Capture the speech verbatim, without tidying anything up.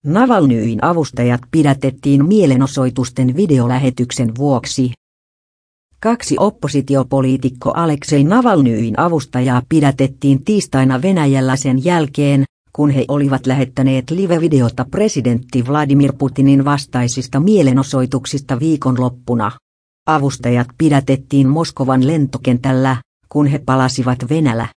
Navalnyin avustajat pidätettiin mielenosoitusten videolähetyksen vuoksi. Kaksi oppositiopoliitikko Aleksei Navalnyin avustajaa pidätettiin tiistaina Venäjällä sen jälkeen, kun he olivat lähettäneet live-videota presidentti Vladimir Putinin vastaisista mielenosoituksista viikonloppuna. Avustajat pidätettiin Moskovan lentokentällä, kun he palasivat Venäjällä.